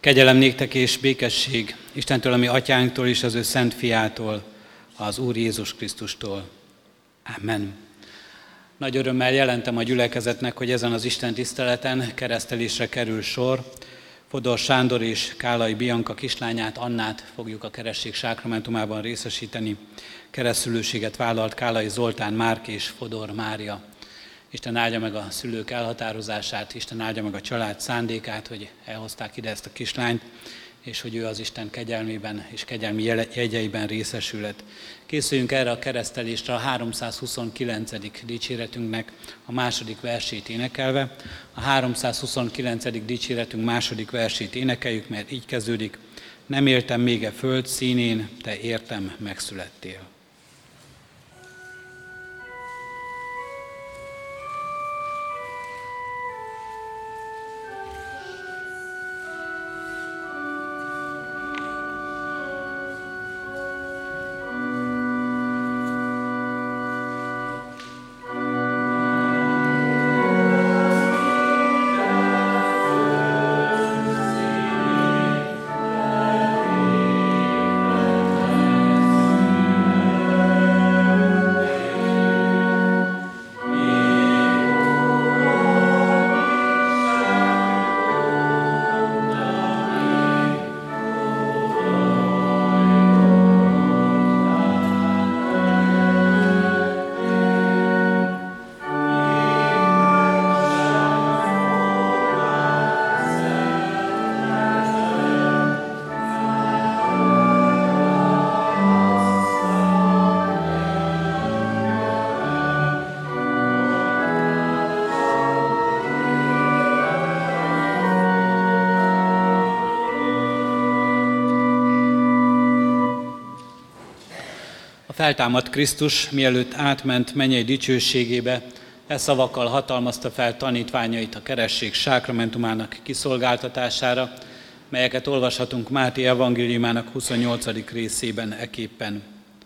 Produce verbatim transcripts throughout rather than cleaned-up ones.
Kegyelem néktek és békesség Istentől, a mi atyánktól és az ő szent fiától, az Úr Jézus Krisztustól. Amen. Nagy örömmel jelentem a gyülekezetnek, hogy ezen az Isten tiszteleten keresztelésre kerül sor. Fodor Sándor és Kálai Bianka kislányát, Annát fogjuk a keresztség sákramentumában részesíteni. Keresztszülőséget vállalt Kálai Zoltán Márk és Fodor Mária. Isten áldja meg a szülők elhatározását, Isten áldja meg a család szándékát, hogy elhozták ide ezt a kislányt, és hogy ő az Isten kegyelmében és kegyelmi jegyeiben részesülhet. Készüljünk erre a keresztelésre a háromszázhuszonkilencedik dicséretünknek a második versét énekelve. A háromszázhuszonkilencedik dicséretünk második versét énekeljük, mert így kezdődik: nem éltem még e föld színén, te értem megszülettél. Feltámadt Krisztus, mielőtt átment mennyei dicsőségébe, e szavakkal hatalmazta fel tanítványait a keresztség sákramentumának kiszolgáltatására, melyeket olvashatunk Máté evangéliumának huszonnyolcadik részében eképpen.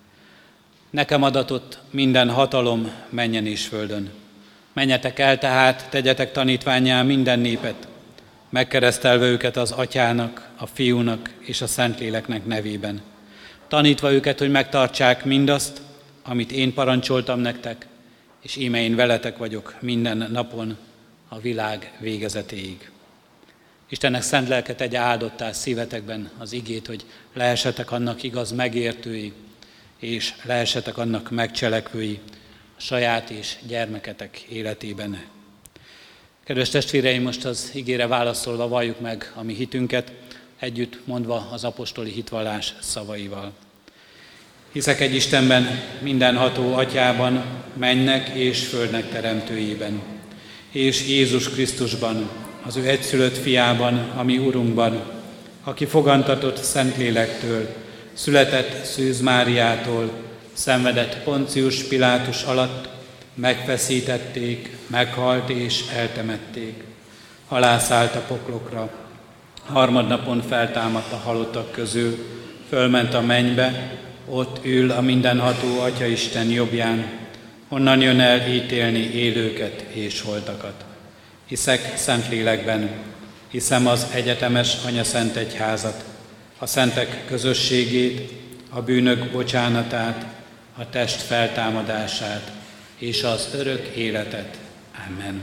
Nekem adatott minden hatalom mennyen és földön. Menjetek el tehát, tegyetek tanítvánnyá minden népet, megkeresztelve őket az Atyának, a Fiúnak és a Szentléleknek nevében, tanítva őket, hogy megtartsák mindazt, amit én parancsoltam nektek, és íme én veletek vagyok minden napon a világ végezetéig. Istennek szent lelke tegye áldottá szívetekben az igét, hogy lehessetek annak igaz megértői, és lehessetek annak megcselekvői a saját és gyermeketek életében. Kedves testvéreim, most az igére válaszolva valljuk meg a mi hitünket, együtt mondva az apostoli hitvallás szavaival. Hiszek egy Istenben, mindenható Atyában, mennek és földnek teremtőjében, és Jézus Krisztusban, az ő egyszülött fiában, a mi Urunkban, aki fogantatott Szentlélektől, született Szűz Máriától, szenvedett Poncius Pilátus alatt, megfeszítették, meghalt és eltemették. Alászállt a poklokra, harmadnapon feltámadt a halottak közül, fölment a mennybe, ott ül a mindenható Atyaisten jobbján, onnan jön el ítélni élőket és holtakat. Hiszek Szentlélekben, hiszem az egyetemes Anyaszent Egyházat, a szentek közösségét, a bűnök bocsánatát, a test feltámadását és az örök életet. Amen.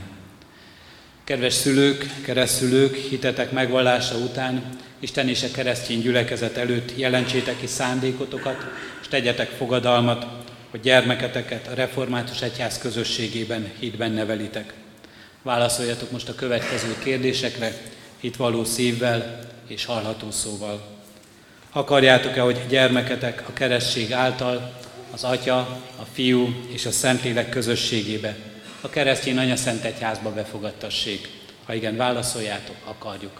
Kedves szülők, keresztszülők, hitetek megvallása után Isten és a keresztény gyülekezet előtt jelentsétek ki szándékotokat, és tegyetek fogadalmat, hogy gyermeketeket a református egyház közösségében hitben nevelitek. Válaszoljatok most a következő kérdésekre, hitvalló szívvel és hallható szóval. Akarjátok-e, hogy gyermeketek a keresztség által az Atya, a Fiú és a Szentlélek közösségébe, a keresztény Anyaszent Egyházba befogadtassék? Ha igen, válaszoljátok, akarjuk.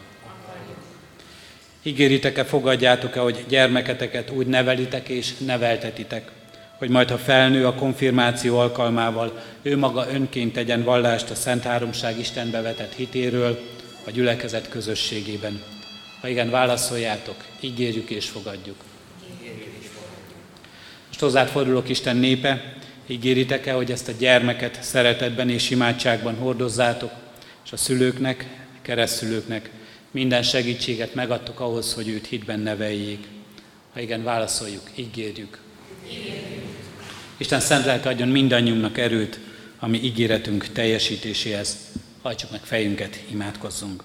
Ígéritek-e, fogadjátok-e, hogy gyermeketeket úgy nevelitek és neveltetitek, hogy majd, ha felnő, a konfirmáció alkalmával ő maga önként tegyen vallást a Szent Háromság Istenbe vetett hitéről a gyülekezet közösségében? Ha igen, válaszoljátok, ígérjük és fogadjuk. Most hozzád fordulok, Isten népe, ígéritek-e, hogy ezt a gyermeket szeretetben és imádságban hordozzátok, és a szülőknek, keresztszülőknek minden segítséget megadtok ahhoz, hogy őt hitben neveljék. Ha igen, válaszoljuk, ígérjük. ígérjük. Isten szent lelke adjon mindannyiunknak erőt, ami ígéretünk teljesítéséhez. Hajtsuk meg fejünket, imádkozzunk.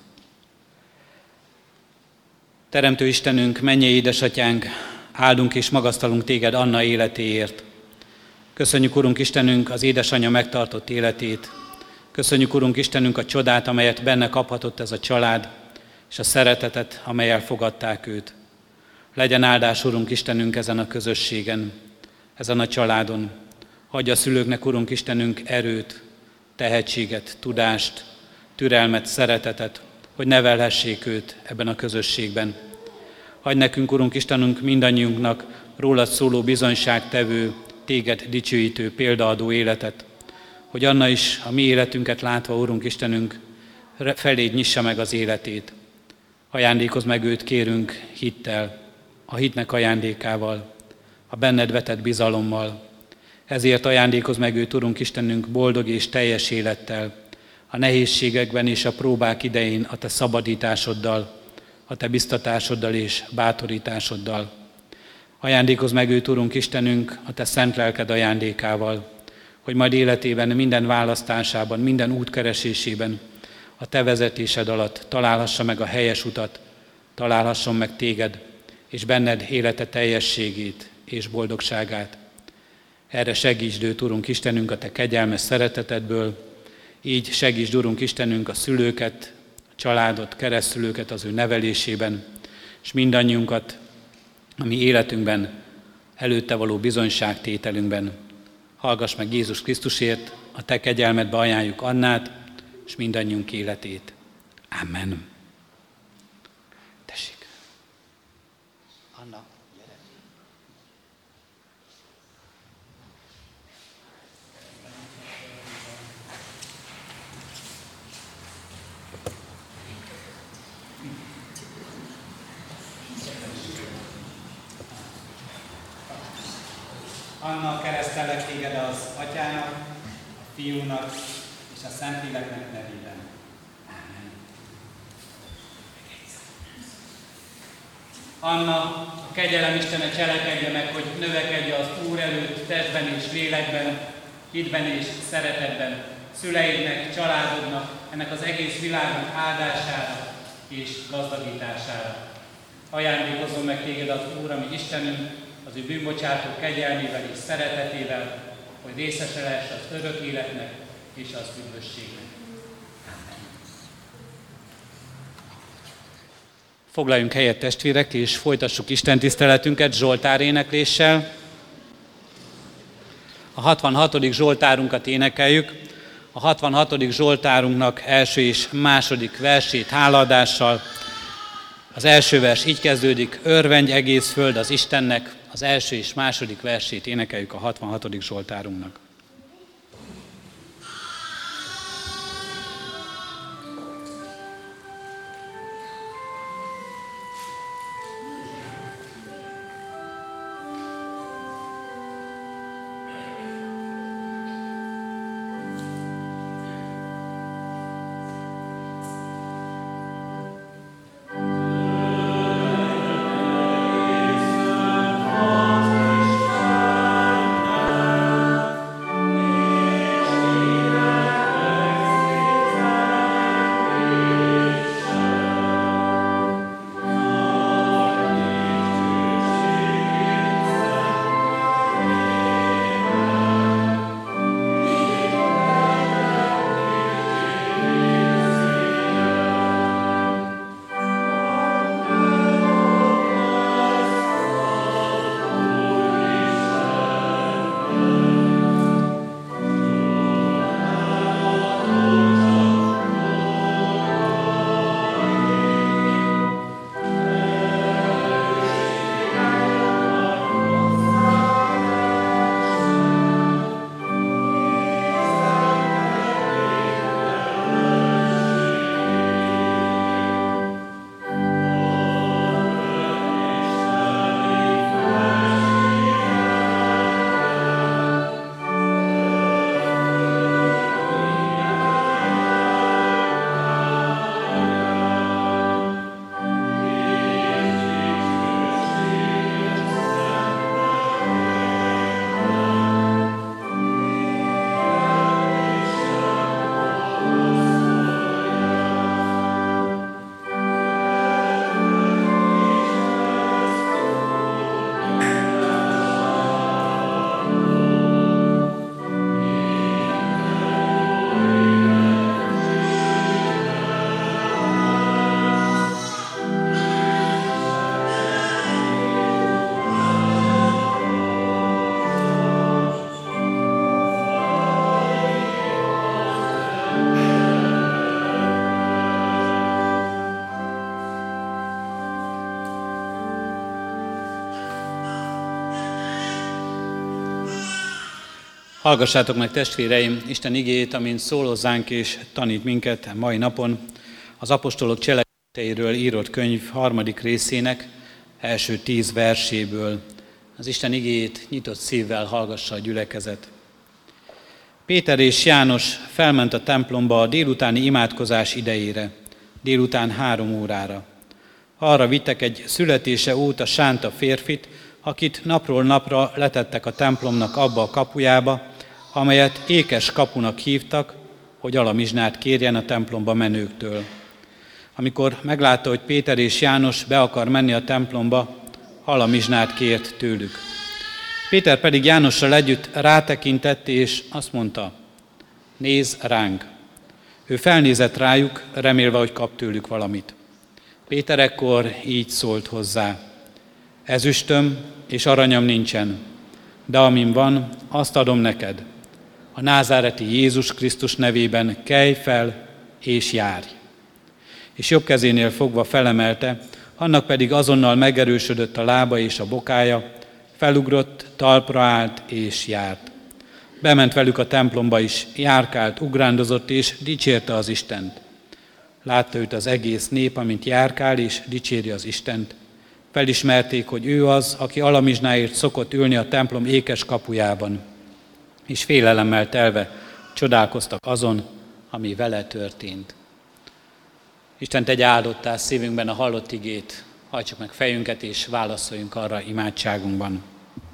Teremtő Istenünk, mennyei édesatyánk, áldunk és magasztalunk téged Anna életéért. Köszönjük, Urunk Istenünk, az édesanyja megtartott életét. Köszönjük, Urunk Istenünk, a csodát, amelyet benne kaphatott ez a család, és a szeretetet, amellyel fogadták őt. Legyen áldás, Urunk Istenünk, ezen a közösségen, ezen a családon. Hagyj a szülőknek, Urunk Istenünk, erőt, tehetséget, tudást, türelmet, szeretetet, hogy nevelhessék őt ebben a közösségben. Hagyj nekünk, Urunk Istenünk, mindannyiunknak rólad szóló bizonyságtevő, téged dicsőítő, példaadó életet, hogy Anna is a mi életünket látva, Urunk Istenünk, feléd nyissa meg az életét. Ajándékozz meg őt, kérünk, hittel, a hitnek ajándékával, a benned vetett bizalommal. Ezért ajándékozz meg őt, Urunk Istenünk, boldog és teljes élettel, a nehézségekben és a próbák idején a te szabadításoddal, a te biztatásoddal és bátorításoddal. Ajándékozz meg őt, Urunk Istenünk, a te szent lelked ajándékával, hogy majd életében, minden választásában, minden útkeresésében a te vezetésed alatt találhassa meg a helyes utat, találhasson meg téged, és benned élete teljességét és boldogságát. Erre segítsd őt, Urunk Istenünk, a te kegyelmes szeretetedből, így segítsd, Urunk Istenünk, a szülőket, a családot, keresztülőket az ő nevelésében, és mindannyiunkat a mi életünkben, előtte való bizonyságtételünkben. Hallgass meg Jézus Krisztusért, a te kegyelmedbe ajánljuk Annát, és mindannyiunk életét. Amen. Tessék. Anna, gyere. Anna, keresztellek téged az Atyának, a Fiúnak és a Szentléleknek nevében. Amen. Anna, a kegyelem Istene cselekedje meg, hogy növekedje az Úr előtt testben és lélekben, hitben és szeretetben, szüleidnek, családodnak, ennek az egész világnak áldására és gazdagítására. Ajándékozom meg téged az Úr, ami Istenünk, az ő bűnbocsátó kegyelmével és szeretetével, hogy részese lehess az örök életnek és az üdvösségnek. Amen. Foglaljunk helyet, testvérek, és folytassuk Isten tiszteletünket Zsoltár énekléssel. A hatvanhatodik Zsoltárunkat énekeljük. A hatvanhatodik Zsoltárunknak első és második versét hálaadással. Az első vers így kezdődik: örvendj egész föld az Istennek. Az első és második versét énekeljük a hatvanhatodik Zsoltárunknak. Hallgassátok meg, testvéreim, Isten igéjét, amint szól hozzánk és tanít minket a mai napon, az apostolok cselekedeteiről írott könyv harmadik részének első tíz verséből. Az Isten igéjét nyitott szívvel hallgassa a gyülekezet. Péter és János felment a templomba a délutáni imádkozás idejére, délután három órára. Arra vittek egy születése óta sánta férfit, akit napról napra letettek a templomnak abba a kapujába, amelyet Ékes kapunak hívtak, hogy alamizsnát kérjen a templomba menőktől. Amikor meglátta, hogy Péter és János be akar menni a templomba, alamizsnát kért tőlük. Péter pedig Jánossal együtt rátekintett, és azt mondta: nézz ránk! Ő felnézett rájuk, remélve, hogy kap tőlük valamit. Péter ekkor így szólt hozzá: ezüstöm és aranyam nincsen, de amin van, azt adom neked. A názáreti Jézus Krisztus nevében kelj fel és járj. És jobb kezénél fogva felemelte, annak pedig azonnal megerősödött a lába és a bokája, felugrott, talpra állt és járt. Bement velük a templomba is, járkált, ugrándozott és dicsérte az Istent. Látta őt az egész nép, amint járkál és dicséri az Istent. Felismerték, hogy ő az, aki alamizsnáért szokott ülni a templom ékes kapujában, és félelemmel telve csodálkoztak azon, ami vele történt. Isten tegye áldottá szívünkben a hallott igét, hajtsuk meg fejünket és válaszoljunk arra imádságunkban.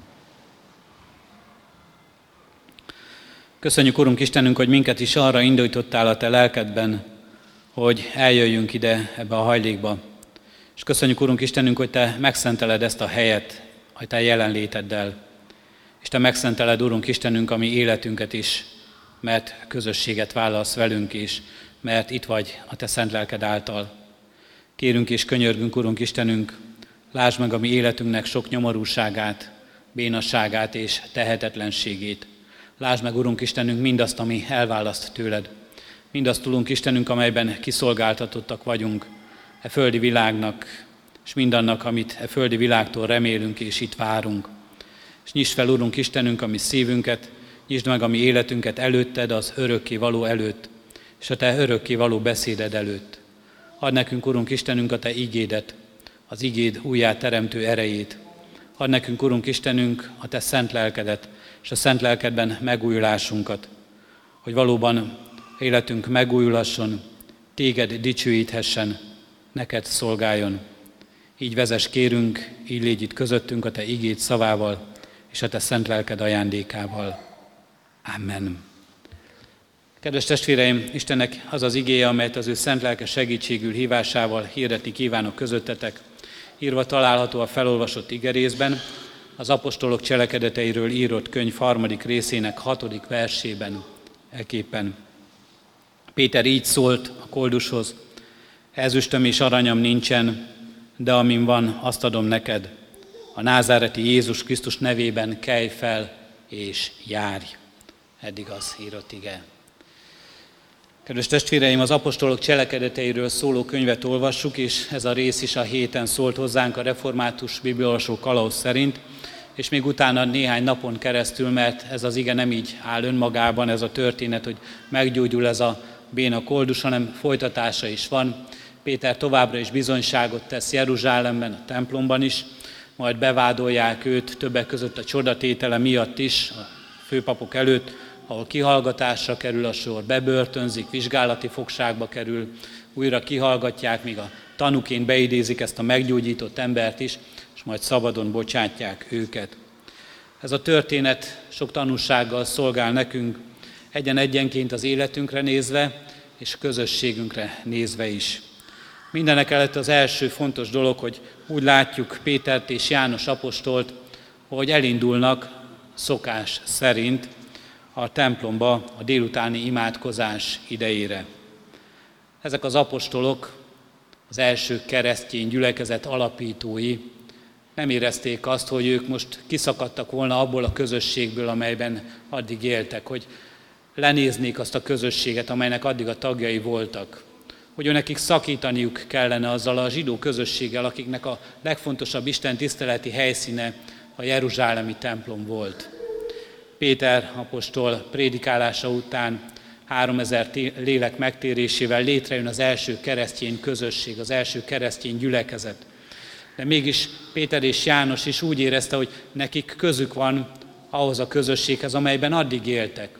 Köszönjük, Urunk Istenünk, hogy minket is arra indítottál a Te lelkedben, hogy eljöjjünk ide ebbe a hajlékba. És köszönjük, Urunk Istenünk, hogy Te megszenteled ezt a helyet, hogy Te jelenléteddel. És Te megszenteled, Urunk Istenünk, a mi életünket is, mert közösséget vállalsz velünk is, mert itt vagy a Te szent lelked által. Kérünk és könyörgünk, Urunk Istenünk, lásd meg a mi életünknek sok nyomorúságát, bénasságát és tehetetlenségét. Lásd meg, Urunk Istenünk, mindazt, ami elválaszt tőled. Mindazt, Urunk Istenünk, amelyben kiszolgáltatottak vagyunk e földi világnak, és mindannak, amit e földi világtól remélünk és itt várunk. És nyisd fel, Urunk Istenünk, a mi szívünket, nyisd meg a mi életünket előtted, az örökké való előtt, és a Te örökké való beszéded előtt. Add nekünk, Urunk Istenünk, a Te igédet, az igéd újját teremtő erejét. Add nekünk, Urunk Istenünk, a Te szent lelkedet, és a szent lelkedben megújulásunkat, hogy valóban életünk megújulasson, Téged dicsőíthessen, neked szolgáljon. Így vezess, kérünk, így légy itt közöttünk a Te igéd szavával, és a Te szent lelked ajándékával. Amen. Kedves testvéreim, Istennek az az igéje, amelyet az ő szent lelke segítségül hívásával hirdetni kívánok közöttetek, írva található a felolvasott igerészben, az apostolok cselekedeteiről írott könyv harmadik részének hatodik versében, eképpen. Péter így szólt a koldushoz: ezüstöm és aranyam nincsen, de amin van, azt adom neked. A názáreti Jézus Krisztus nevében kelj fel és járj. Eddig az írott ige. Kedves testvéreim, az apostolok cselekedeteiről szóló könyvet olvassuk, és ez a rész is a héten szólt hozzánk a református bibliaolvasó kalauz szerint, és még utána néhány napon keresztül, mert ez az ige nem így áll önmagában, ez a történet, hogy meggyógyul ez a béna koldus, hanem folytatása is van. Péter továbbra is bizonyságot tesz Jeruzsálemben, a templomban is, majd bevádolják őt többek között a csodatétele miatt is, a főpapok előtt, ahol kihallgatásra kerül a sor, bebörtönzik, vizsgálati fogságba kerül, újra kihallgatják, míg a tanúként beidézik ezt a meggyógyított embert is, és majd szabadon bocsátják őket. Ez a történet sok tanúsággal szolgál nekünk, egyen-egyenként az életünkre nézve, és közösségünkre nézve is. Mindenek előtt az első fontos dolog, hogy úgy látjuk Pétert és János apostolt, hogy elindulnak szokás szerint a templomba a délutáni imádkozás idejére. Ezek az apostolok, az első keresztény gyülekezet alapítói nem érezték azt, hogy ők most kiszakadtak volna abból a közösségből, amelyben addig éltek, hogy lenéznék azt a közösséget, amelynek addig a tagjai voltak, hogy nekik szakítaniuk kellene azzal a zsidó közösséggel, akiknek a legfontosabb Isten tiszteleti helyszíne a jeruzsálemi templom volt. Péter apostol prédikálása után háromezer lélek megtérésével létrejön az első keresztény közösség, az első keresztény gyülekezet. De mégis Péter és János is úgy érezte, hogy nekik közük van ahhoz a közösséghez, amelyben addig éltek.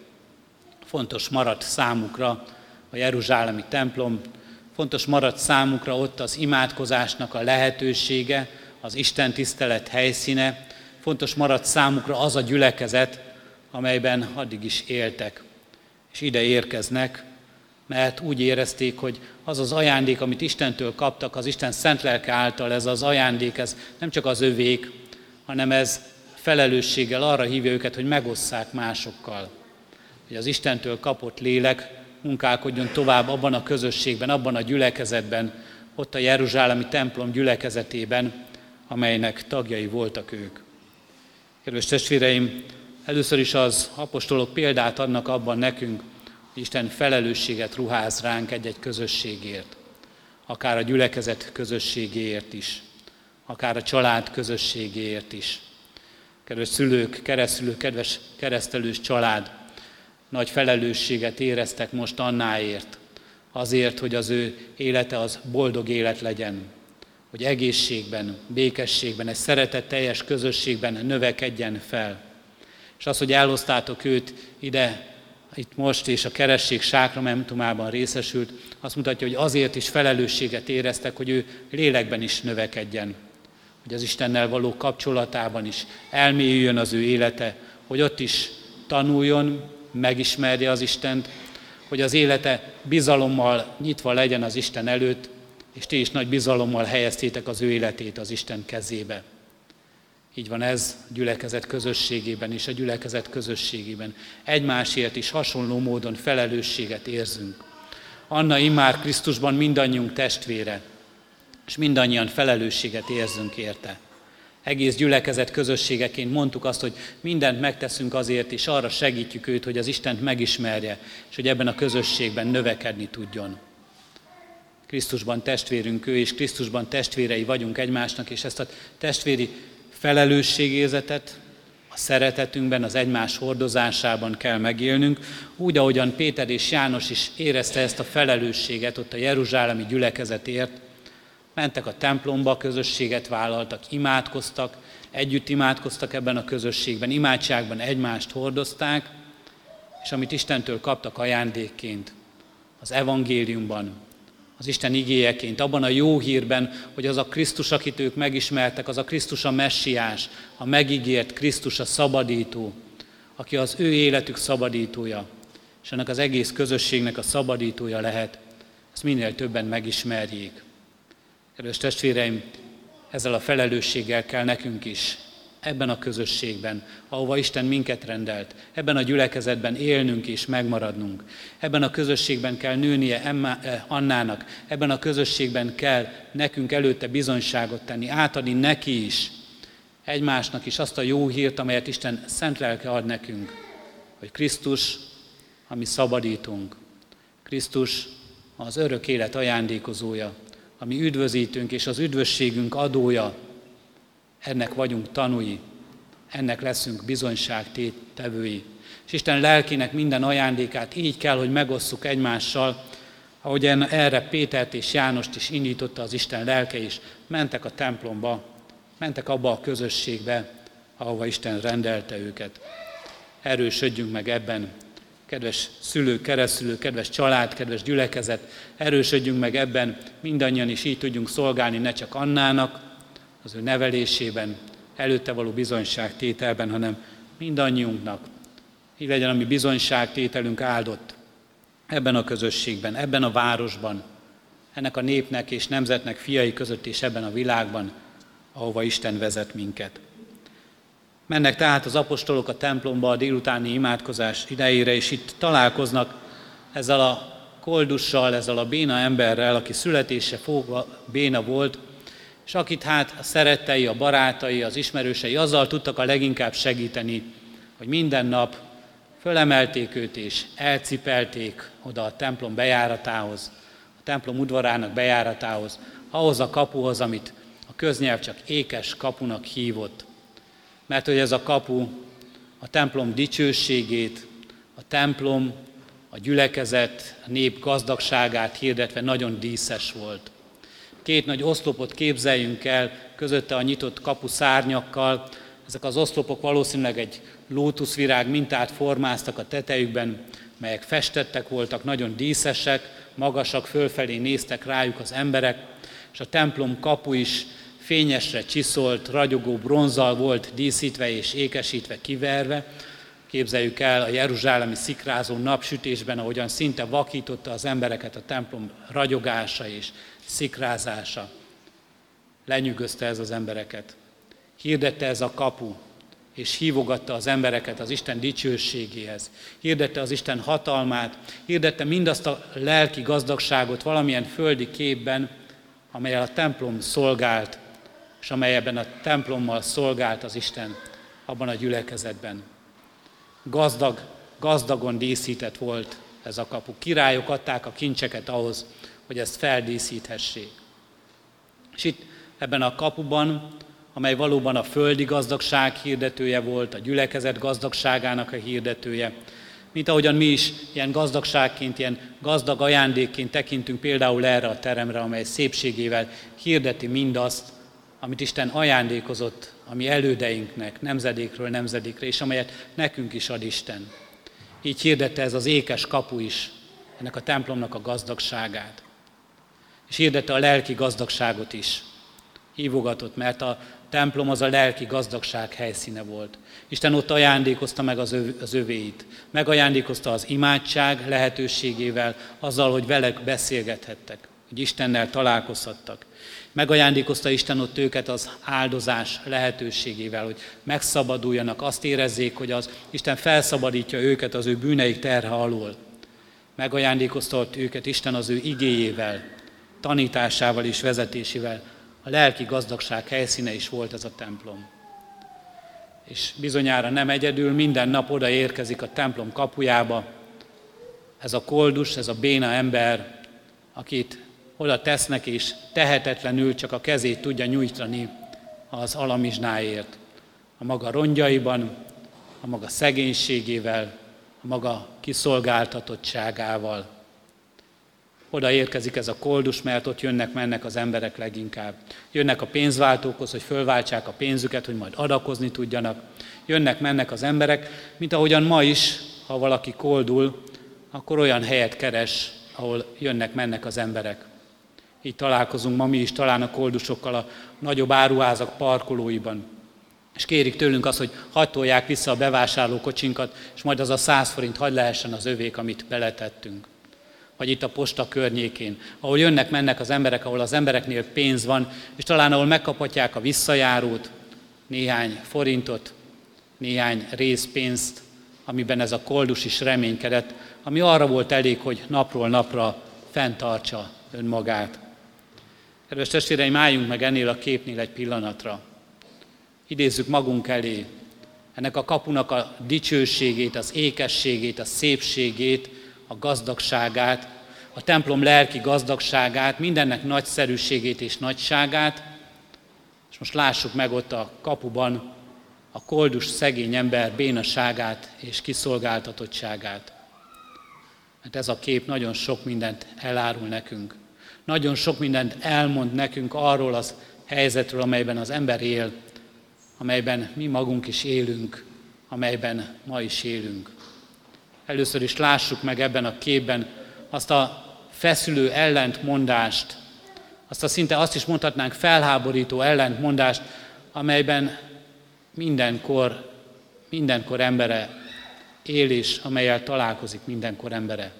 Fontos maradt számukra a jeruzsálemi templom, fontos maradt számukra ott az imádkozásnak a lehetősége, az Isten tisztelet helyszíne, fontos maradt számukra az a gyülekezet, amelyben addig is éltek. És ide érkeznek, mert úgy érezték, hogy az az ajándék, amit Istentől kaptak, az Isten szent lelke által, ez az ajándék, ez nem csak az övék, hanem ez felelősséggel arra hívja őket, hogy megosszák másokkal. Hogy az Istentől kapott lélek munkálkodjon tovább abban a közösségben, abban a gyülekezetben, ott a jeruzsálemi templom gyülekezetében, amelynek tagjai voltak ők. Kedves testvéreim, először is az apostolok példát adnak abban nekünk, hogy Isten felelősséget ruház ránk egy-egy közösségért, akár a gyülekezet közösségéért is, akár a család közösségéért is. Kedves szülők, keresztülők, kedves keresztelős család, nagy felelősséget éreztek most Annáért, azért, hogy az ő élete az boldog élet legyen, hogy egészségben, békességben, egy szeretetteljes közösségben növekedjen fel. És az, hogy elhoztátok őt ide, itt most, és a keresztség sákramentumában részesült, azt mutatja, hogy azért is felelősséget éreztek, hogy ő lélekben is növekedjen, hogy az Istennel való kapcsolatában is elmélyüljön az ő élete, hogy ott is tanuljon, megismerje az Istent, hogy az élete bizalommal nyitva legyen az Isten előtt, és ti is nagy bizalommal helyeztétek az ő életét az Isten kezébe. Így van ez a gyülekezet közösségében és a gyülekezet közösségében. Egymásért is hasonló módon felelősséget érzünk. Anna immár Krisztusban mindannyiunk testvére, és mindannyian felelősséget érzünk érte. Egész gyülekezet közösségeként mondtuk azt, hogy mindent megteszünk azért, és arra segítjük őt, hogy az Istent megismerje, és hogy ebben a közösségben növekedni tudjon. Krisztusban testvérünk ő, és Krisztusban testvérei vagyunk egymásnak, és ezt a testvéri felelősségérzetet a szeretetünkben, az egymás hordozásában kell megélnünk, úgy, ahogyan Péter és János is érezte ezt a felelősséget ott a jeruzsálemi gyülekezetért. Mentek a templomba, közösséget vállaltak, imádkoztak, együtt imádkoztak ebben a közösségben, imádságban egymást hordozták, és amit Istentől kaptak ajándékként, az evangéliumban, az Isten igéjeként, abban a jó hírben, hogy az a Krisztus, akit ők megismertek, az a Krisztus a messiás, a megígért Krisztus a szabadító, aki az ő életük szabadítója, és ennek az egész közösségnek a szabadítója lehet, ezt minél többen megismerjék. Kedves testvéreim, ezzel a felelősséggel kell nekünk is ebben a közösségben, ahova Isten minket rendelt, ebben a gyülekezetben élnünk és megmaradnunk. Ebben a közösségben kell nőnie Emma, eh, Annának, ebben a közösségben kell nekünk előtte bizonyságot tenni, átadni neki is, egymásnak is azt a jó hírt, amelyet Isten szent lelke ad nekünk, hogy Krisztus, ami szabadítunk, Krisztus az örök élet ajándékozója, ami üdvözítünk és az üdvösségünk adója, ennek vagyunk tanúi, ennek leszünk bizonyságtevői. És Isten lelkének minden ajándékát így kell, hogy megosszuk egymással, ahogy erre Pétert és Jánost is indította az Isten lelke is. Mentek a templomba, mentek abba a közösségbe, ahova Isten rendelte őket. Erősödjünk meg ebben, kedves szülők, keresztülők, kedves család, kedves gyülekezet, erősödjünk meg ebben, mindannyian is így tudjunk szolgálni, ne csak Annának, az ő nevelésében, előtte való bizonyságtételben, hanem mindannyiunknak. Így legyen a mi bizonyságtételünk áldott ebben a közösségben, ebben a városban, ennek a népnek és nemzetnek fiai között és ebben a világban, ahova Isten vezet minket. Mennek tehát az apostolok a templomba a délutáni imádkozás idejére, és itt találkoznak ezzel a koldussal, ezzel a béna emberrel, aki születése fogva béna volt, és akit hát a szerettei, a barátai, az ismerősei azzal tudtak a leginkább segíteni, hogy minden nap fölemelték őt és elcipelték oda a templom bejáratához, a templom udvarának bejáratához, ahhoz a kapuhoz, amit a köznyelv csak ékes kapunak hívott. Mert hogy ez a kapu a templom dicsőségét, a templom, a gyülekezet, a nép gazdagságát hirdetve nagyon díszes volt. Két nagy oszlopot képzeljünk el, közötte a nyitott kapu szárnyakkal. Ezek az oszlopok valószínűleg egy lótuszvirág mintát formáztak a tetejükben, melyek festettek voltak, nagyon díszesek, magasak, fölfelé néztek rájuk az emberek, és a templom kapu is fényesre csiszolt, ragyogó bronzzal volt díszítve és ékesítve, kiverve. Képzeljük el a jeruzsálemi szikrázó napsütésben, ahogyan szinte vakította az embereket a templom ragyogása és szikrázása. Lenyűgözte ez az embereket. Hirdette ez a kapu, és hívogatta az embereket az Isten dicsőségéhez. Hirdette az Isten hatalmát, hirdette mindazt a lelki gazdagságot valamilyen földi képben, amelyel a templom szolgált, és amelyben a templommal szolgált az Isten abban a gyülekezetben. Gazdag, gazdagon díszített volt ez a kapu. Királyok adták a kincseket ahhoz, hogy ezt feldíszíthessék. És itt ebben a kapuban, amely valóban a földi gazdagság hirdetője volt, a gyülekezet gazdagságának a hirdetője, mint ahogyan mi is ilyen gazdagságként, ilyen gazdag ajándékként tekintünk például erre a teremre, amely szépségével hirdeti mindazt, amit Isten ajándékozott a mi elődeinknek, nemzedékről nemzedékre, és amelyet nekünk is ad Isten. Így hirdette ez az ékes kapu is ennek a templomnak a gazdagságát. És hirdette a lelki gazdagságot is. Hívogatott, mert a templom az a lelki gazdagság helyszíne volt. Isten ott ajándékozta meg az, öv, az övéit. Megajándékozta az imádság lehetőségével, azzal, hogy velük beszélgethettek, hogy Istennel találkozhattak. Megajándékozta Isten ott őket az áldozás lehetőségével, hogy megszabaduljanak, azt érezzék, hogy az Isten felszabadítja őket az ő bűneik terhe alól. Megajándékozta ott őket Isten az ő igéjével, tanításával és vezetésével. A lelki gazdagság helyszíne is volt ez a templom. És bizonyára nem egyedül, minden nap oda érkezik a templom kapujába ez a koldus, ez a béna ember, akit oda tesznek, és tehetetlenül csak a kezét tudja nyújtani az alamizsnáért. A maga rongyaiban, a maga szegénységével, a maga kiszolgáltatottságával. Oda érkezik ez a koldus, mert ott jönnek-mennek az emberek leginkább. Jönnek a pénzváltókhoz, hogy fölváltsák a pénzüket, hogy majd adakozni tudjanak. Jönnek-mennek az emberek, mint ahogyan ma is, ha valaki koldul, akkor olyan helyet keres, ahol jönnek-mennek az emberek. Így találkozunk ma mi is talán a koldusokkal a nagyobb áruházak parkolóiban. És kérik tőlünk azt, hogy hadd tolják vissza a bevásárlókocsinkat, és majd az a száz forint hadd lehessen az övék, amit beletettünk. Vagy itt a posta környékén, ahol jönnek-mennek az emberek, ahol az embereknél pénz van, és talán ahol megkaphatják a visszajárót, néhány forintot, néhány részpénzt, amiben ez a koldus is reménykedett, ami arra volt elég, hogy napról napra fenntartsa önmagát. Kedves testvéreim, álljunk meg ennél a képnél egy pillanatra. Idézzük magunk elé ennek a kapunak a dicsőségét, az ékességét, a szépségét, a gazdagságát, a templom lelki gazdagságát, mindennek nagyszerűségét és nagyságát, és most lássuk meg ott a kapuban a koldus szegény ember bénaságát és kiszolgáltatottságát. Mert ez a kép nagyon sok mindent elárul nekünk. Nagyon sok mindent elmond nekünk arról az helyzetről, amelyben az ember él, amelyben mi magunk is élünk, amelyben ma is élünk. Először is lássuk meg ebben a képben azt a feszülő ellentmondást, azt a szinte azt is mondhatnánk felháborító ellentmondást, amelyben mindenkor, mindenkor embere él és amellyel találkozik mindenkor embere.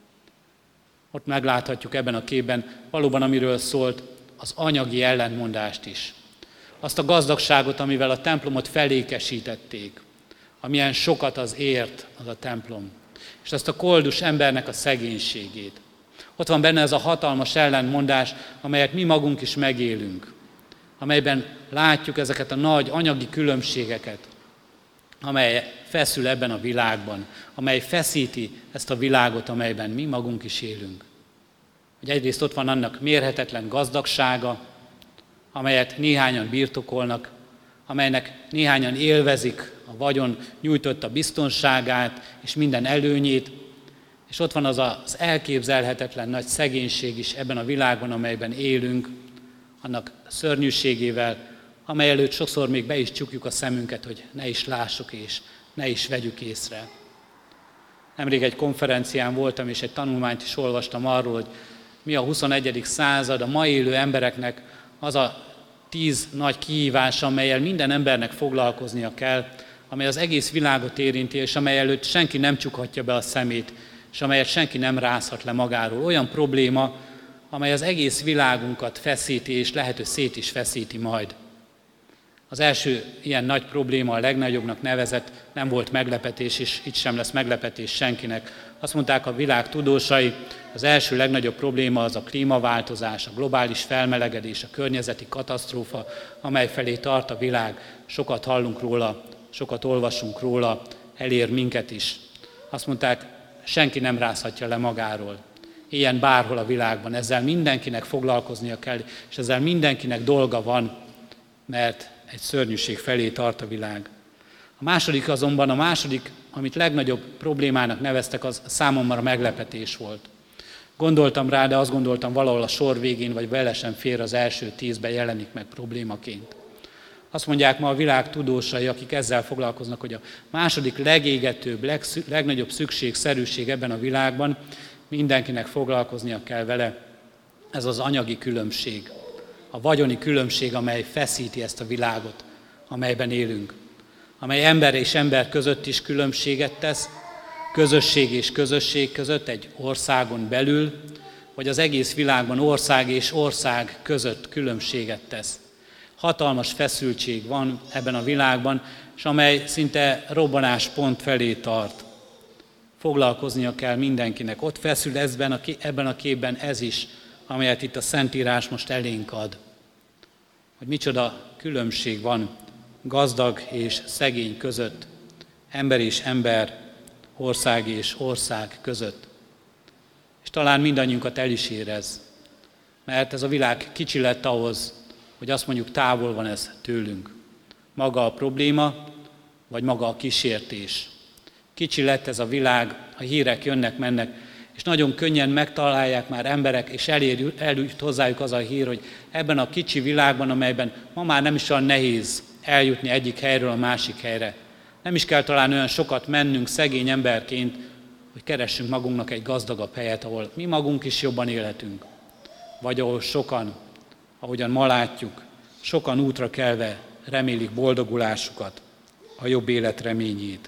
Ott megláthatjuk ebben a képben valóban, amiről szólt, az anyagi ellentmondást is. Azt a gazdagságot, amivel a templomot felékesítették, amilyen sokat az ért az a templom, és azt a koldus embernek a szegénységét. Ott van benne ez a hatalmas ellentmondás, amelyet mi magunk is megélünk, amelyben látjuk ezeket a nagy anyagi különbségeket, amely feszül ebben a világban, amely feszíti ezt a világot, amelyben mi magunk is élünk. Hogy egyrészt ott van annak mérhetetlen gazdagsága, amelyet néhányan birtokolnak, amelynek néhányan élvezik a a vagyon nyújtotta biztonságát és minden előnyét, és ott van az az elképzelhetetlen nagy szegénység is ebben a világban, amelyben élünk, annak szörnyűségével, amely előtt sokszor még be is csukjuk a szemünket, hogy ne is lássuk és ne is vegyük észre. Nemrég egy konferencián voltam, és egy tanulmányt is olvastam arról, hogy mi a huszonegyedik század, a ma élő embereknek az a tíz nagy kihívás, amellyel minden embernek foglalkoznia kell, amely az egész világot érinti, és amely előtt senki nem csukhatja be a szemét, és amelyet senki nem rázhat le magáról. Olyan probléma, amely az egész világunkat feszíti, és lehet, hogy szét is feszíti majd. Az első ilyen nagy probléma, a legnagyobbnak nevezett, nem volt meglepetés, és itt sem lesz meglepetés senkinek. Azt mondták a világ tudósai, az első legnagyobb probléma az a klímaváltozás, a globális felmelegedés, a környezeti katasztrófa, amely felé tart a világ. Sokat hallunk róla, sokat olvasunk róla, elér minket is. Azt mondták, senki nem rázhatja le magáról. Ilyen bárhol a világban, ezzel mindenkinek foglalkoznia kell, és ezzel mindenkinek dolga van, mert egy szörnyűség felé tart a világ. A második azonban, a második, amit legnagyobb problémának neveztek, az számomra meglepetés volt. Gondoltam rá, de azt gondoltam, valahol a sor végén, vagy vele sem fér, az első tízben jelenik meg problémaként. Azt mondják ma a világ tudósai, akik ezzel foglalkoznak, hogy a második legégetőbb, legszü- legnagyobb szükségszerűség ebben a világban, mindenkinek foglalkoznia kell vele, ez az anyagi különbség. A vagyoni különbség, amely feszíti ezt a világot, amelyben élünk. Amely ember és ember között is különbséget tesz, közösség és közösség között, egy országon belül, vagy az egész világban ország és ország között különbséget tesz. Hatalmas feszültség van ebben a világban, és amely szinte robbanáspont felé tart. Foglalkoznia kell mindenkinek. Ott feszül ezben a, ebben a képben ez is, amelyet itt a Szentírás most elénk ad. Hogy micsoda különbség van gazdag és szegény között, ember és ember, ország és ország között. És talán mindannyiunkat el is érez, mert ez a világ kicsi lett ahhoz, hogy azt mondjuk, távol van ez tőlünk. Maga a probléma, vagy maga a kísértés. Kicsi lett ez a világ, a hírek jönnek-mennek, és nagyon könnyen megtalálják már emberek, és elér, eljut hozzájuk az a hír, hogy ebben a kicsi világban, amelyben ma már nem is olyan nehéz eljutni egyik helyről a másik helyre. Nem is kell talán olyan sokat mennünk szegény emberként, hogy keressünk magunknak egy gazdagabb helyet, ahol mi magunk is jobban élhetünk. Vagy ahol sokan, ahogyan ma látjuk, sokan útra kelve remélik boldogulásukat, a jobb élet reményét.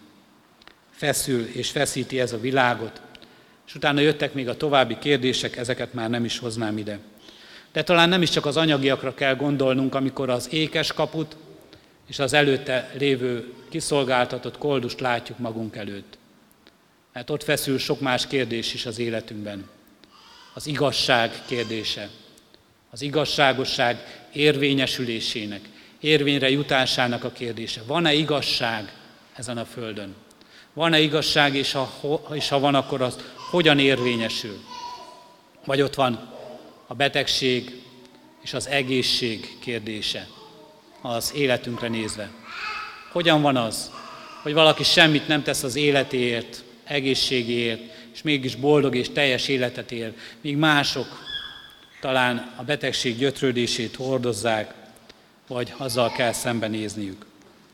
Feszül és feszíti ez a világot, és utána jöttek még a további kérdések, ezeket már nem is hoznám ide. De talán nem is csak az anyagiakra kell gondolnunk, amikor az ékes kaput és az előtte lévő kiszolgáltatott koldust látjuk magunk előtt. Mert ott feszül sok más kérdés is az életünkben. Az igazság kérdése, az igazságosság érvényesülésének, érvényre jutásának a kérdése. Van-e igazság ezen a földön? Van-e igazság, és ha, és ha van, akkor az hogyan érvényesül? Vagy ott van a betegség és az egészség kérdése az életünkre nézve. Hogyan van az, hogy valaki semmit nem tesz az életéért, egészségéért, és mégis boldog és teljes életet él, míg mások talán a betegség gyötrődését hordozzák, vagy azzal kell szembenézniük.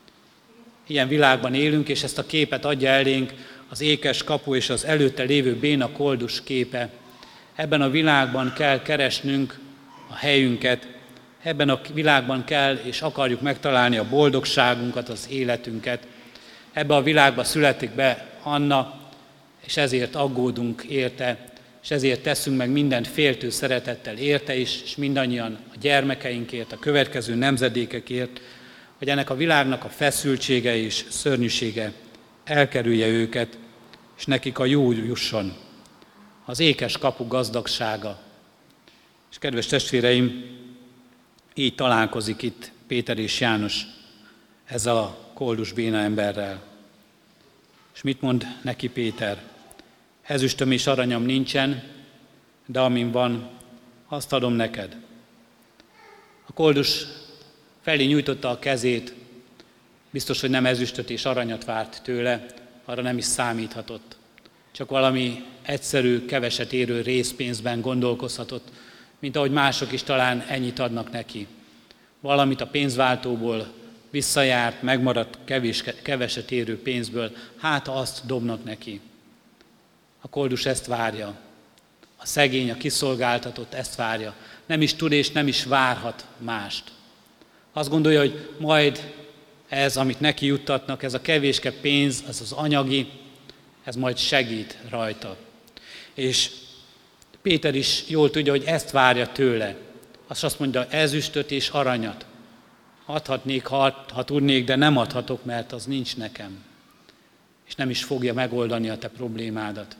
Ilyen világban élünk, és ezt a képet adja elénk az ékes kapu és az előtte lévő béna koldus képe. Ebben a világban kell keresnünk a helyünket, ebben a világban kell és akarjuk megtalálni a boldogságunkat, az életünket. Ebbe a világba születik be Anna, és ezért aggódunk érte, és ezért teszünk meg mindent féltő szeretettel érte is, és mindannyian a gyermekeinkért, a következő nemzedékekért, hogy ennek a világnak a feszültsége és szörnyűsége elkerülje őket, és nekik a jó jusson. Az ékes kapu gazdagsága. És kedves testvéreim, így találkozik itt Péter és János ezzel a koldus béna emberrel. És mit mond neki Péter? Ezüstöm és aranyam nincsen, de amin van, azt adom neked. A koldus felé nyújtotta a kezét, Biztos, hogy nem ezüstöt és aranyat várt tőle, arra nem is számíthatott. Csak valami egyszerű, keveset érő részpénzben gondolkozhatott, mint ahogy mások is talán ennyit adnak neki. Valamit a pénzváltóból visszajárt, megmaradt kevés, keveset érő pénzből, hát azt dobnak neki. A koldus ezt várja. A szegény, a kiszolgáltatott ezt várja. Nem is tud és nem is várhat mást. Azt gondolja, hogy majd ez, amit neki juttatnak, ez a kevéske pénz, ez az anyagi, ez majd segít rajta. És Péter is jól tudja, hogy ezt várja tőle. Azt azt mondja, ezüstöt és aranyat. Adhatnék, ha, ha tudnék, de nem adhatok, mert az nincs nekem. És nem is fogja megoldani a te problémádat.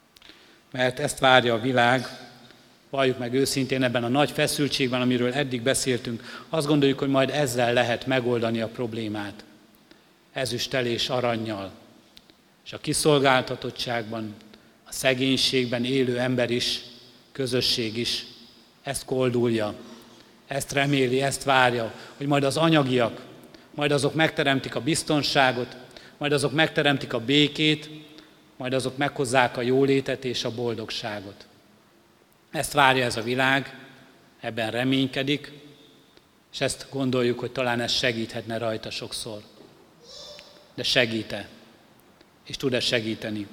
Mert ezt várja a világ, valljuk meg őszintén ebben a nagy feszültségben, amiről eddig beszéltünk, azt gondoljuk, hogy majd ezzel lehet megoldani a problémát. Ezüsttel és arannyal. És a kiszolgáltatottságban, a szegénységben élő ember is, közösség is ezt koldulja, ezt reméli, ezt várja, hogy majd az anyagiak, majd azok megteremtik a biztonságot, majd azok megteremtik a békét, majd azok meghozzák a jólétet és a boldogságot. Ezt várja ez a világ, ebben reménykedik, és ezt gondoljuk, hogy talán ez segíthetne rajta sokszor. De segít-e? És tud-e segíteni?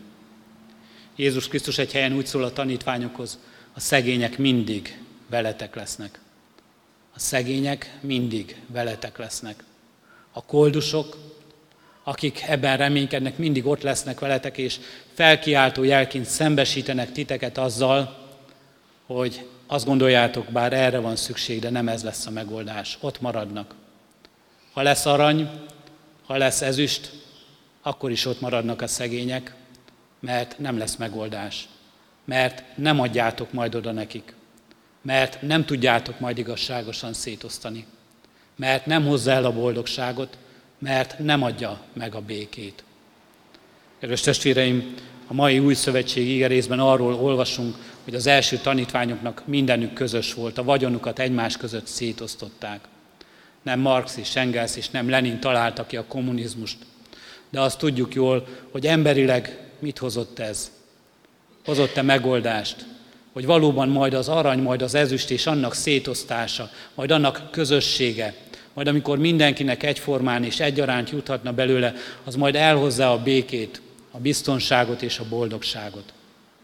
Jézus Krisztus egy helyen úgy szól a tanítványokhoz, a szegények mindig veletek lesznek. A szegények mindig veletek lesznek. A koldusok, akik ebben reménykednek, mindig ott lesznek veletek, és felkiáltó jelként szembesítenek titeket azzal, hogy azt gondoljátok, bár erre van szükség, de nem ez lesz a megoldás. Ott maradnak. Ha lesz arany, ha lesz ezüst, akkor is ott maradnak a szegények, mert nem lesz megoldás. Mert nem adjátok majd oda nekik. Mert nem tudjátok majd igazságosan szétosztani. Mert nem hozza el a boldogságot, mert nem adja meg a békét. Kedves testvéreim, a mai új szövetségi igerészben arról olvasunk, hogy az első tanítványoknak mindenük közös volt, a vagyonukat egymás között szétosztották. Nem Marx és Engels és nem Lenin találta ki a kommunizmust, de azt tudjuk jól, hogy emberileg mit hozott ez? Hozott-e megoldást? Hogy valóban majd az arany, majd az ezüst és annak szétosztása, majd annak közössége, majd amikor mindenkinek egyformán és egyaránt juthatna belőle, az majd elhozza a békét, a biztonságot és a boldogságot.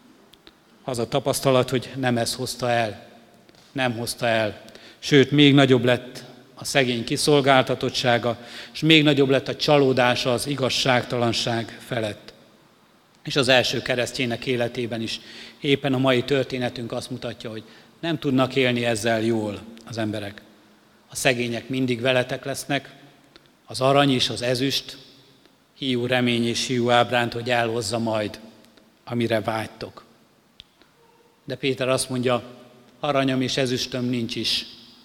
Az a tapasztalat, hogy nem ez hozta el, nem hozta el. Sőt, még nagyobb lett a szegény kiszolgáltatottsága, és még nagyobb lett a csalódása az igazságtalanság felett. És az első keresztjének életében is éppen a mai történetünk azt mutatja, hogy nem tudnak élni ezzel jól az emberek. A szegények mindig veletek lesznek, az arany és az ezüst, hiú remény és hiú ábránt, hogy elhozza majd, amire vágytok. De Péter azt mondja, aranyom és ezüstöm nincs is.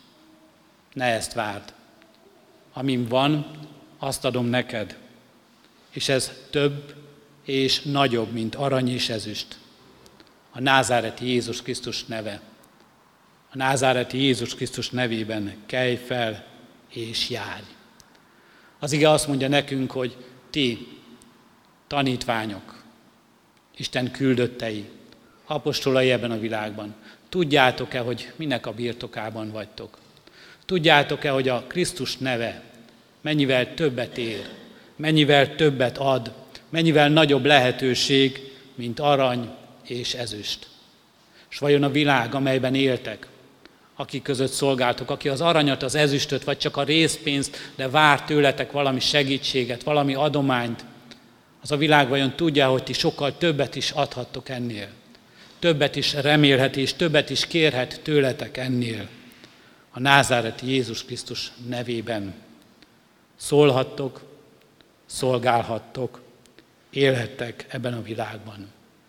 Ne ezt várd. Amim van, azt adom neked. És ez több és nagyobb, mint arany és ezüst. A názáreti Jézus Krisztus neve. A názáreti Jézus Krisztus nevében kelj fel és járj. Az ige azt mondja nekünk, hogy ti, tanítványok, Isten küldöttei, apostolai ebben a világban, tudjátok-e, hogy minek a birtokában vagytok? Tudjátok-e, hogy a Krisztus neve mennyivel többet ér, mennyivel többet ad, mennyivel nagyobb lehetőség, mint arany és ezüst? És vajon a világ, amelyben éltek, akik között szolgáltok, aki az aranyat, az ezüstöt, vagy csak a részpénzt, de vár tőletek valami segítséget, valami adományt, az a világ vajon tudja, hogy ti sokkal többet is adhattok ennél. Többet is remélhet és többet is kérhet tőletek ennél. A názáreti Jézus Krisztus nevében szólhattok, szolgálhattok, élhettek ebben a világban.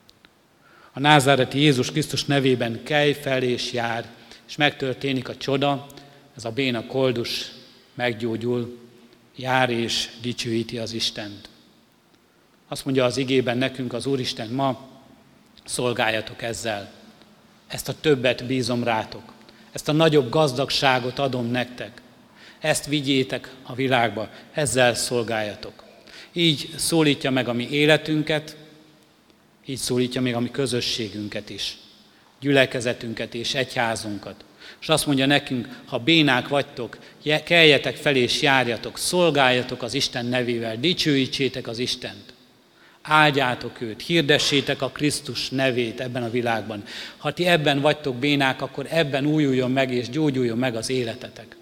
A názáreti Jézus Krisztus nevében kelj fel és jár, és megtörténik a csoda, ez a béna koldus meggyógyul, jár és dicsőíti az Istent. Azt mondja az igében nekünk az Úristen ma, szolgáljatok ezzel. Ezt a többet bízom rátok. Ezt a nagyobb gazdagságot adom nektek. Ezt vigyétek a világba, ezzel szolgáljatok. Így szólítja meg a mi életünket, így szólítja meg a mi közösségünket is, gyülekezetünket és egyházunkat. És azt mondja nekünk, ha bénák vagytok, keljetek fel és járjatok, szolgáljatok az Isten nevével, dicsőítsétek az Istent. Áldjátok őt, hirdessétek a Krisztus nevét ebben a világban. Ha ti ebben vagytok bénák, akkor ebben újuljon meg és gyógyuljon meg az életetek.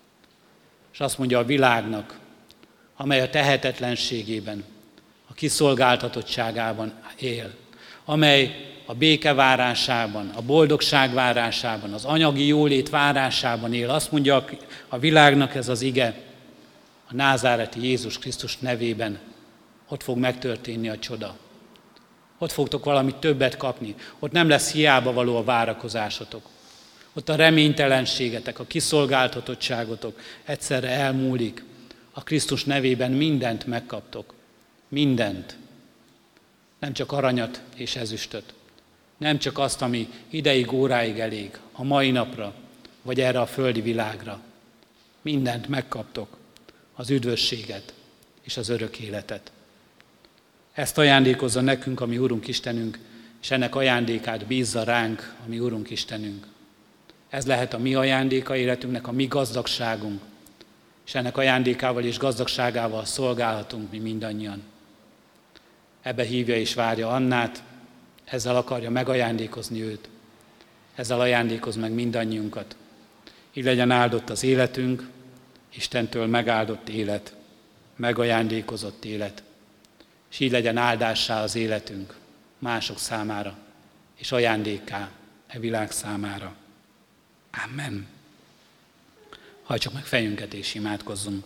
És azt mondja a világnak, amely a tehetetlenségében, a kiszolgáltatottságában él, amely a béke várásában, a boldogság várásában, az anyagi jólét várásában él. Azt mondja a világnak ez az ige, a názáreti Jézus Krisztus nevében, ott fog megtörténni a csoda. Ott fogtok valamit többet kapni. Ott nem lesz hiába való a várakozásotok. Ott a reménytelenségetek, a kiszolgáltatottságotok egyszerre elmúlik. A Krisztus nevében mindent megkaptok. Mindent. Nem csak aranyat és ezüstöt. Nem csak azt, ami ideig, óráig elég, a mai napra, vagy erre a földi világra. Mindent megkaptok. Az üdvösséget és az örök életet. Ezt ajándékozza nekünk a mi Urunk Istenünk, és ennek ajándékát bízza ránk a mi Urunk Istenünk. Ez lehet a mi ajándéka életünknek, a mi gazdagságunk, és ennek ajándékával és gazdagságával szolgálhatunk mi mindannyian. Ebbe hívja és várja Annát, ezzel akarja megajándékozni őt, ezzel ajándékoz meg mindannyiunkat. Így legyen áldott az életünk, Istentől megáldott élet, megajándékozott élet, és így legyen áldássá az életünk mások számára, és ajándékká e világ számára. Amen. Hajtsuk meg fejünket és imádkozzunk.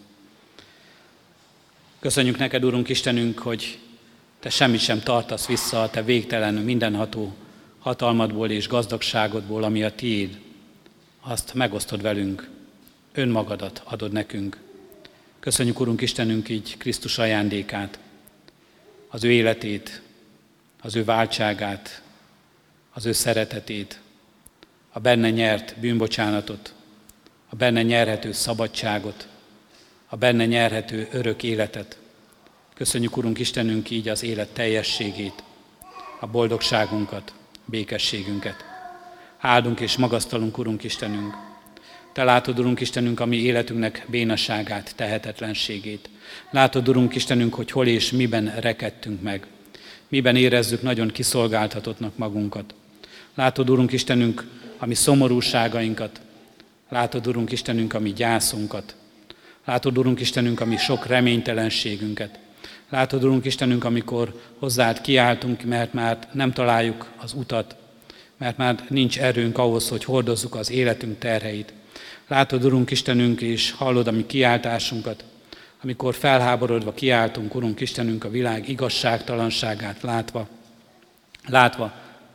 Köszönjük neked, Urunk Istenünk, hogy te semmit sem tartasz vissza a te végtelen, mindenható hatalmadból és gazdagságodból, ami a tiéd. Azt megosztod velünk, önmagadat adod nekünk. Köszönjük, Urunk Istenünk, így Krisztus ajándékát, az ő életét, az ő váltságát, az ő szeretetét, a benne nyert bűnbocsánatot, a benne nyerhető szabadságot, a benne nyerhető örök életet. Köszönjük, Urunk Istenünk, így az élet teljességét, a boldogságunkat, békességünket. Áldunk és magasztalunk, Urunk Istenünk. Te látod, Urunk Istenünk, a mi életünknek bénaságát, tehetetlenségét. Látod, Urunk Istenünk, hogy hol és miben rekedtünk meg. Miben érezzük nagyon kiszolgáltatottnak magunkat. Látod, Urunk Istenünk, a mi szomorúságainkat. Látod, Urunk Istenünk, a mi gyászunkat. Látod, Urunk Istenünk, a mi sok reménytelenségünket. Látod, Urunk Istenünk, amikor hozzád kiáltunk, mert már nem találjuk az utat, mert már nincs erőnk ahhoz, hogy hordozzuk az életünk terheit. Látod, Urunk Istenünk, és hallod a mi kiáltásunkat, amikor felháborodva kiáltunk, Urunk Istenünk, a világ igazságtalanságát látva, látva,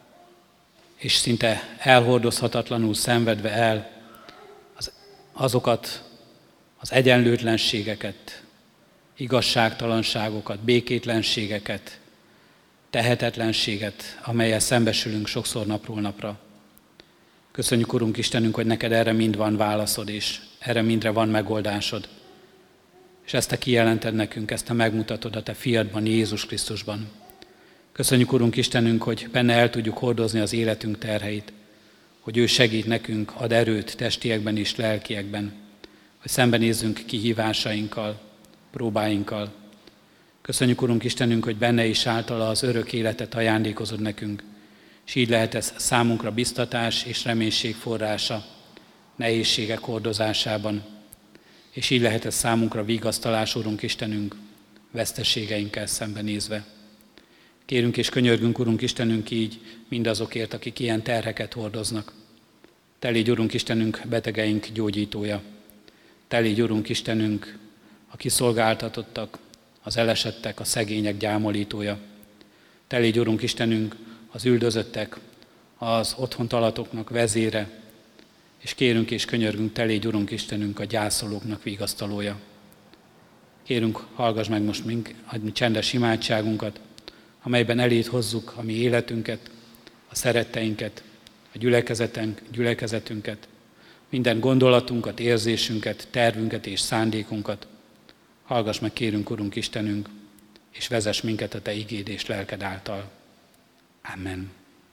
és szinte elhordozhatatlanul szenvedve el az, azokat az egyenlőtlenségeket, igazságtalanságokat, békétlenségeket, tehetetlenséget, amellyel szembesülünk sokszor napról napra. Köszönjük, Urunk Istenünk, hogy neked erre mind van válaszod, és erre mindre van megoldásod. És ezt te kijelented nekünk, ezt te megmutatod a te fiadban, Jézus Krisztusban. Köszönjük, Urunk Istenünk, hogy benne el tudjuk hordozni az életünk terheit, hogy ő segít nekünk, ad erőt testiekben és lelkiekben, hogy szembenézzünk kihívásainkkal, próbáinkkal. Köszönjük, Urunk Istenünk, hogy benne is általa az örök életet ajándékozod nekünk, és így lehet ez számunkra biztatás és reménység forrása nehézségek hordozásában, és így lehet ez számunkra vigasztalás, Urunk Istenünk, veszteségeinkkel szembenézve. Kérünk és könyörgünk, Urunk Istenünk, így mindazokért, akik ilyen terheket hordoznak. Te légy, Urunk Istenünk, betegeink gyógyítója. Te légy, Urunk Istenünk, a kiszolgáltatottak, az elesettek, a szegények gyámolítója. Te légy, Urunk Istenünk, az üldözöttek, az otthontalatoknak vezére, és kérünk és könyörgünk, te légy, Urunk Istenünk, a gyászolóknak vigasztalója. Kérünk, hallgass meg most mink, a csendes imádságunkat, amelyben eléd hozzuk a mi életünket, a szeretteinket, a gyülekezetünk, gyülekezetünket, minden gondolatunkat, érzésünket, tervünket és szándékunkat. Hallgass meg, kérünk, Urunk Istenünk, és vezess minket a Te igéd és lelked által. Amen.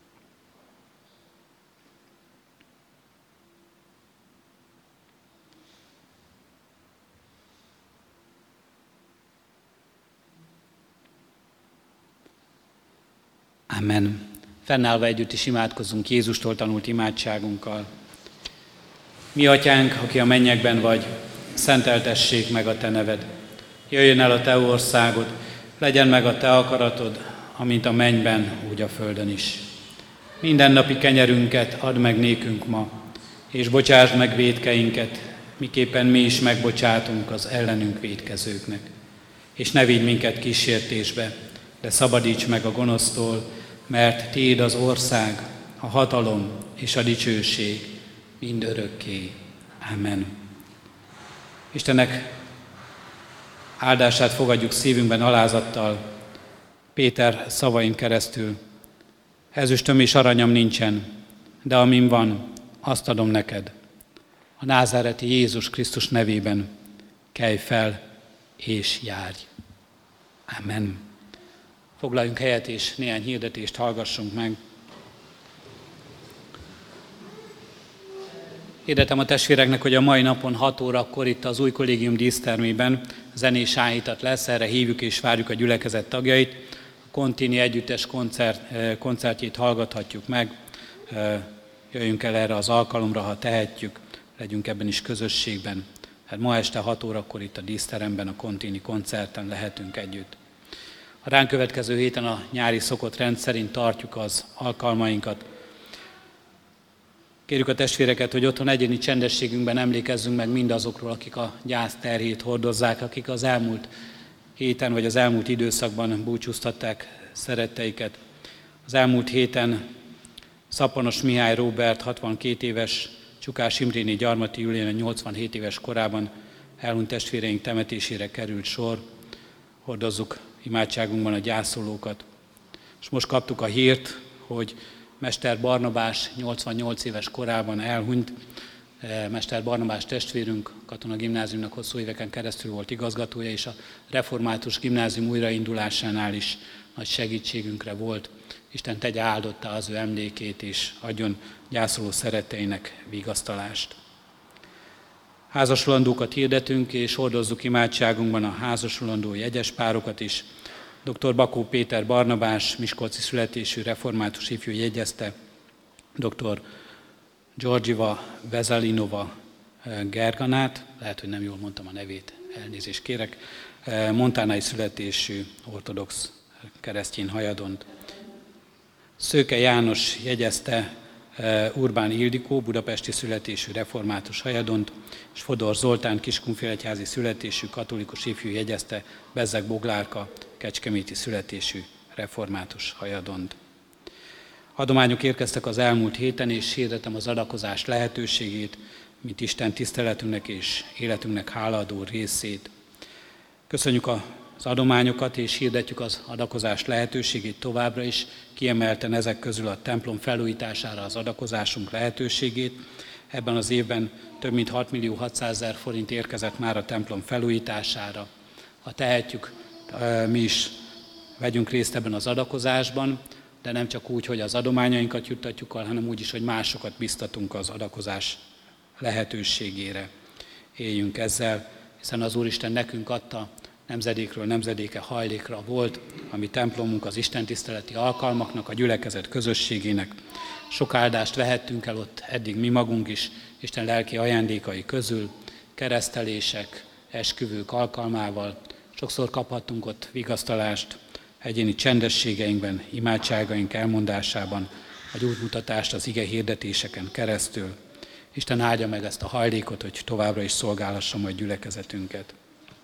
Amen. Fennállva együtt is imádkozzunk Jézustól tanult imádságunkkal. Mi atyánk, aki a mennyekben vagy, szenteltessék meg a Te neved. Jöjjön el a Te országod, legyen meg a Te akaratod, amint a mennyben, úgy a földön is. Mindennapi kenyerünket add meg nékünk ma, és bocsásd meg vétkeinket, miképpen mi is megbocsátunk az ellenünk vétkezőknek. És ne vigy minket kísértésbe, de szabadíts meg a gonosztól, mert Tiéd az ország, a hatalom és a dicsőség mind örökké. Amen. Istennek áldását fogadjuk szívünkben alázattal, Péter szavain keresztül. Ezüstöm és aranyam nincsen, de amin van, azt adom neked. A názáreti Jézus Krisztus nevében kelj fel és járj. Amen. Foglaljunk helyet és néhány hirdetést hallgassunk meg. Hirdetem a testvéreknek, hogy a mai napon hat órakor itt az új kollégium dísztermében zenés áhítat lesz, erre hívjuk és várjuk a gyülekezet tagjait. A Contini együttes koncert, koncertjét hallgathatjuk meg. Jöjjünk el erre az alkalomra, ha tehetjük, legyünk ebben is közösségben. Hát ma este hat órakor itt a díszteremben, a Contini koncerten lehetünk együtt. A ránk következő héten a nyári szokott rend szerint tartjuk az alkalmainkat. Kérjük a testvéreket, hogy otthon egyéni csendességünkben emlékezzünk meg mindazokról, akik a gyász terhét hordozzák, akik az elmúlt héten vagy az elmúlt időszakban búcsúztatták szeretteiket. Az elmúlt héten Szappanos Mihály Róbert hatvankét éves, Csukás Imréné Gyarmati Julián nyolcvanhét éves korában elhunyt testvéreink temetésére került sor. Hordozzuk imádságunkban a gyászolókat. És most kaptuk a hírt, hogy Mester Barnabás nyolcvannyolc éves korában elhunyt. Mester Barnabás testvérünk, Katona Gimnáziumnak hosszú éveken keresztül volt igazgatója, és a református gimnázium újraindulásánál is nagy segítségünkre volt. Isten tegye áldotta az ő emlékét, és adjon gyászoló szeretteinek vigasztalást. Házasulandókat hirdetünk, és hordozzuk imádságunkban a házasulandó jegyes párokat is. doktor Bakó Péter Barnabás, miskolci születésű református ifjú jegyezte, doktor Georgieva Vezalinova Gerganát, lehet, hogy nem jól mondtam a nevét, elnézést kérek, montánai születésű ortodox keresztény hajadont. Szőke János jegyezte Urbán Ildikó, budapesti születésű református hajadont, és Fodor Zoltán kiskunfélegyházi születésű katolikus ifjú jegyezte Bezzeg Boglárka, kecskeméti születésű református hajadont. Adományok érkeztek az elmúlt héten, és hirdetem az adakozás lehetőségét, mint Isten tiszteletünknek és életünknek hálaadó részét. Köszönjük az adományokat, és hirdetjük az adakozás lehetőségét továbbra is, kiemelten ezek közül a templom felújítására az adakozásunk lehetőségét. Ebben az évben több mint hat millió hatszázezer forint érkezett már a templom felújítására. Ha tehetjük, mi is vegyünk részt ebben az adakozásban, de nem csak úgy, hogy az adományainkat juttatjuk el, hanem úgy is, hogy másokat biztatunk az adakozás lehetőségére. Éljünk ezzel, hiszen az Úristen nekünk adta, nemzedékről nemzedéke hajlékra volt, ami templomunk az istentiszteleti alkalmaknak, a gyülekezet közösségének. Sok áldást vehettünk el ott eddig mi magunk is, Isten lelki ajándékai közül, keresztelések, esküvők alkalmával. Sokszor kaphattunk ott vigasztalást, egyéni csendességeinkben, imádságaink elmondásában, a gyógymutatást az ige hirdetéseken keresztül. Isten áldja meg ezt a hajlékot, hogy továbbra is szolgálhassa majd gyülekezetünket.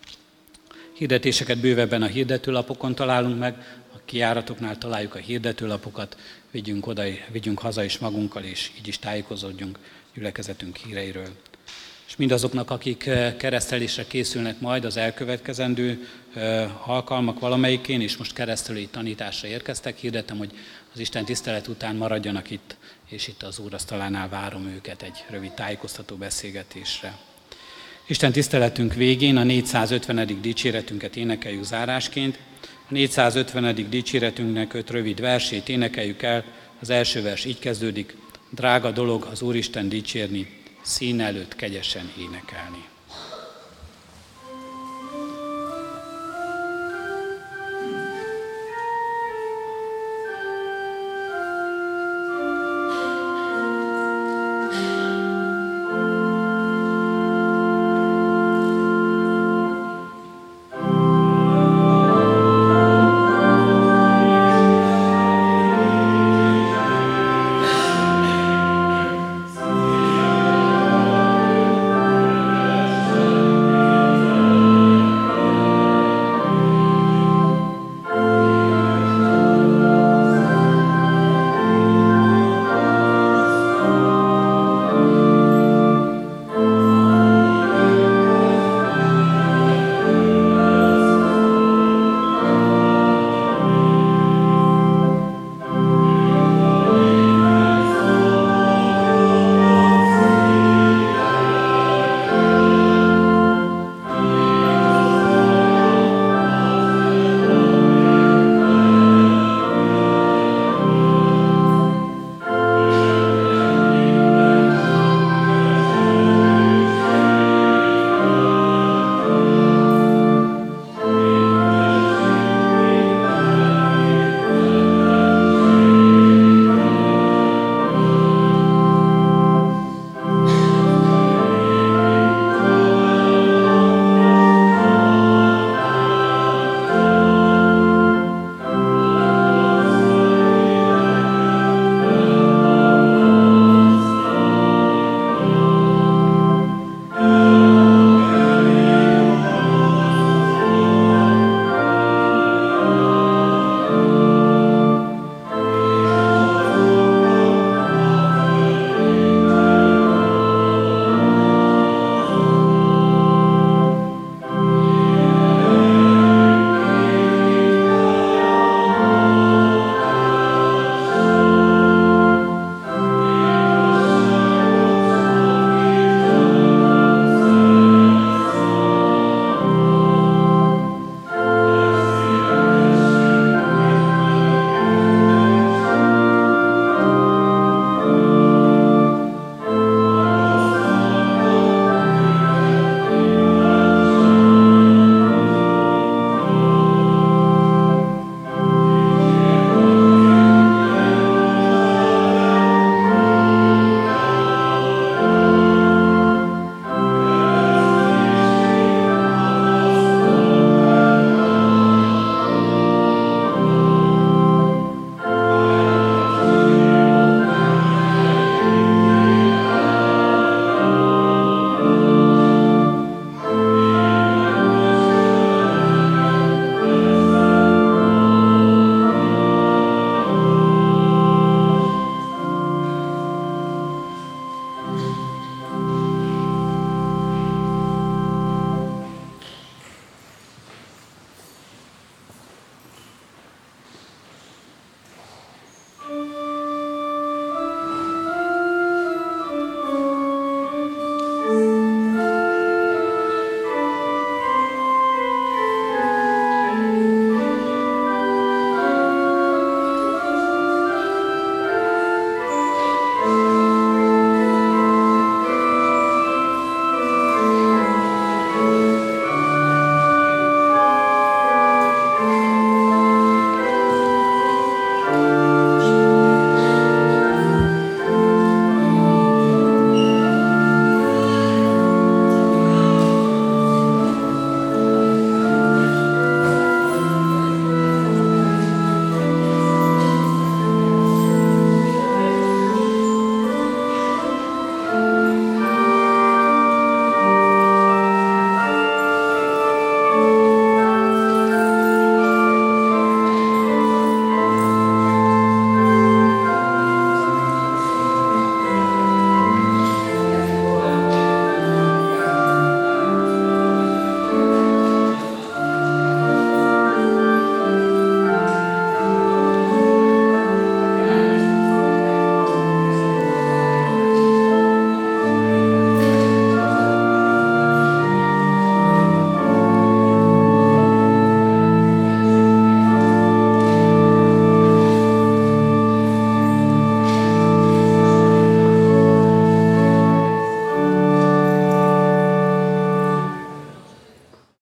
Hirdetéseket bővebben a hirdetőlapokon találunk meg, a kijáratoknál találjuk a hirdetőlapokat, vigyünk oda, vigyünk haza is magunkkal, és így is tájékozódjunk gyülekezetünk híreiről. és mindazoknak, akik keresztelésre készülnek majd az elkövetkezendő alkalmak valamelyikén, és most keresztelői tanításra érkeztek, hirdetem, hogy az Isten tisztelet után maradjanak itt, és itt az úrasztalánál várom őket egy rövid tájékoztató beszélgetésre. Isten tiszteletünk végén a négyszázötvenedik dicséretünket énekeljük zárásként. A négyszázötvenedik dicséretünknek öt rövid versét énekeljük el. Az első vers így kezdődik: drága dolog az Úristen dicsérni, szín előtt kegyesen énekelni.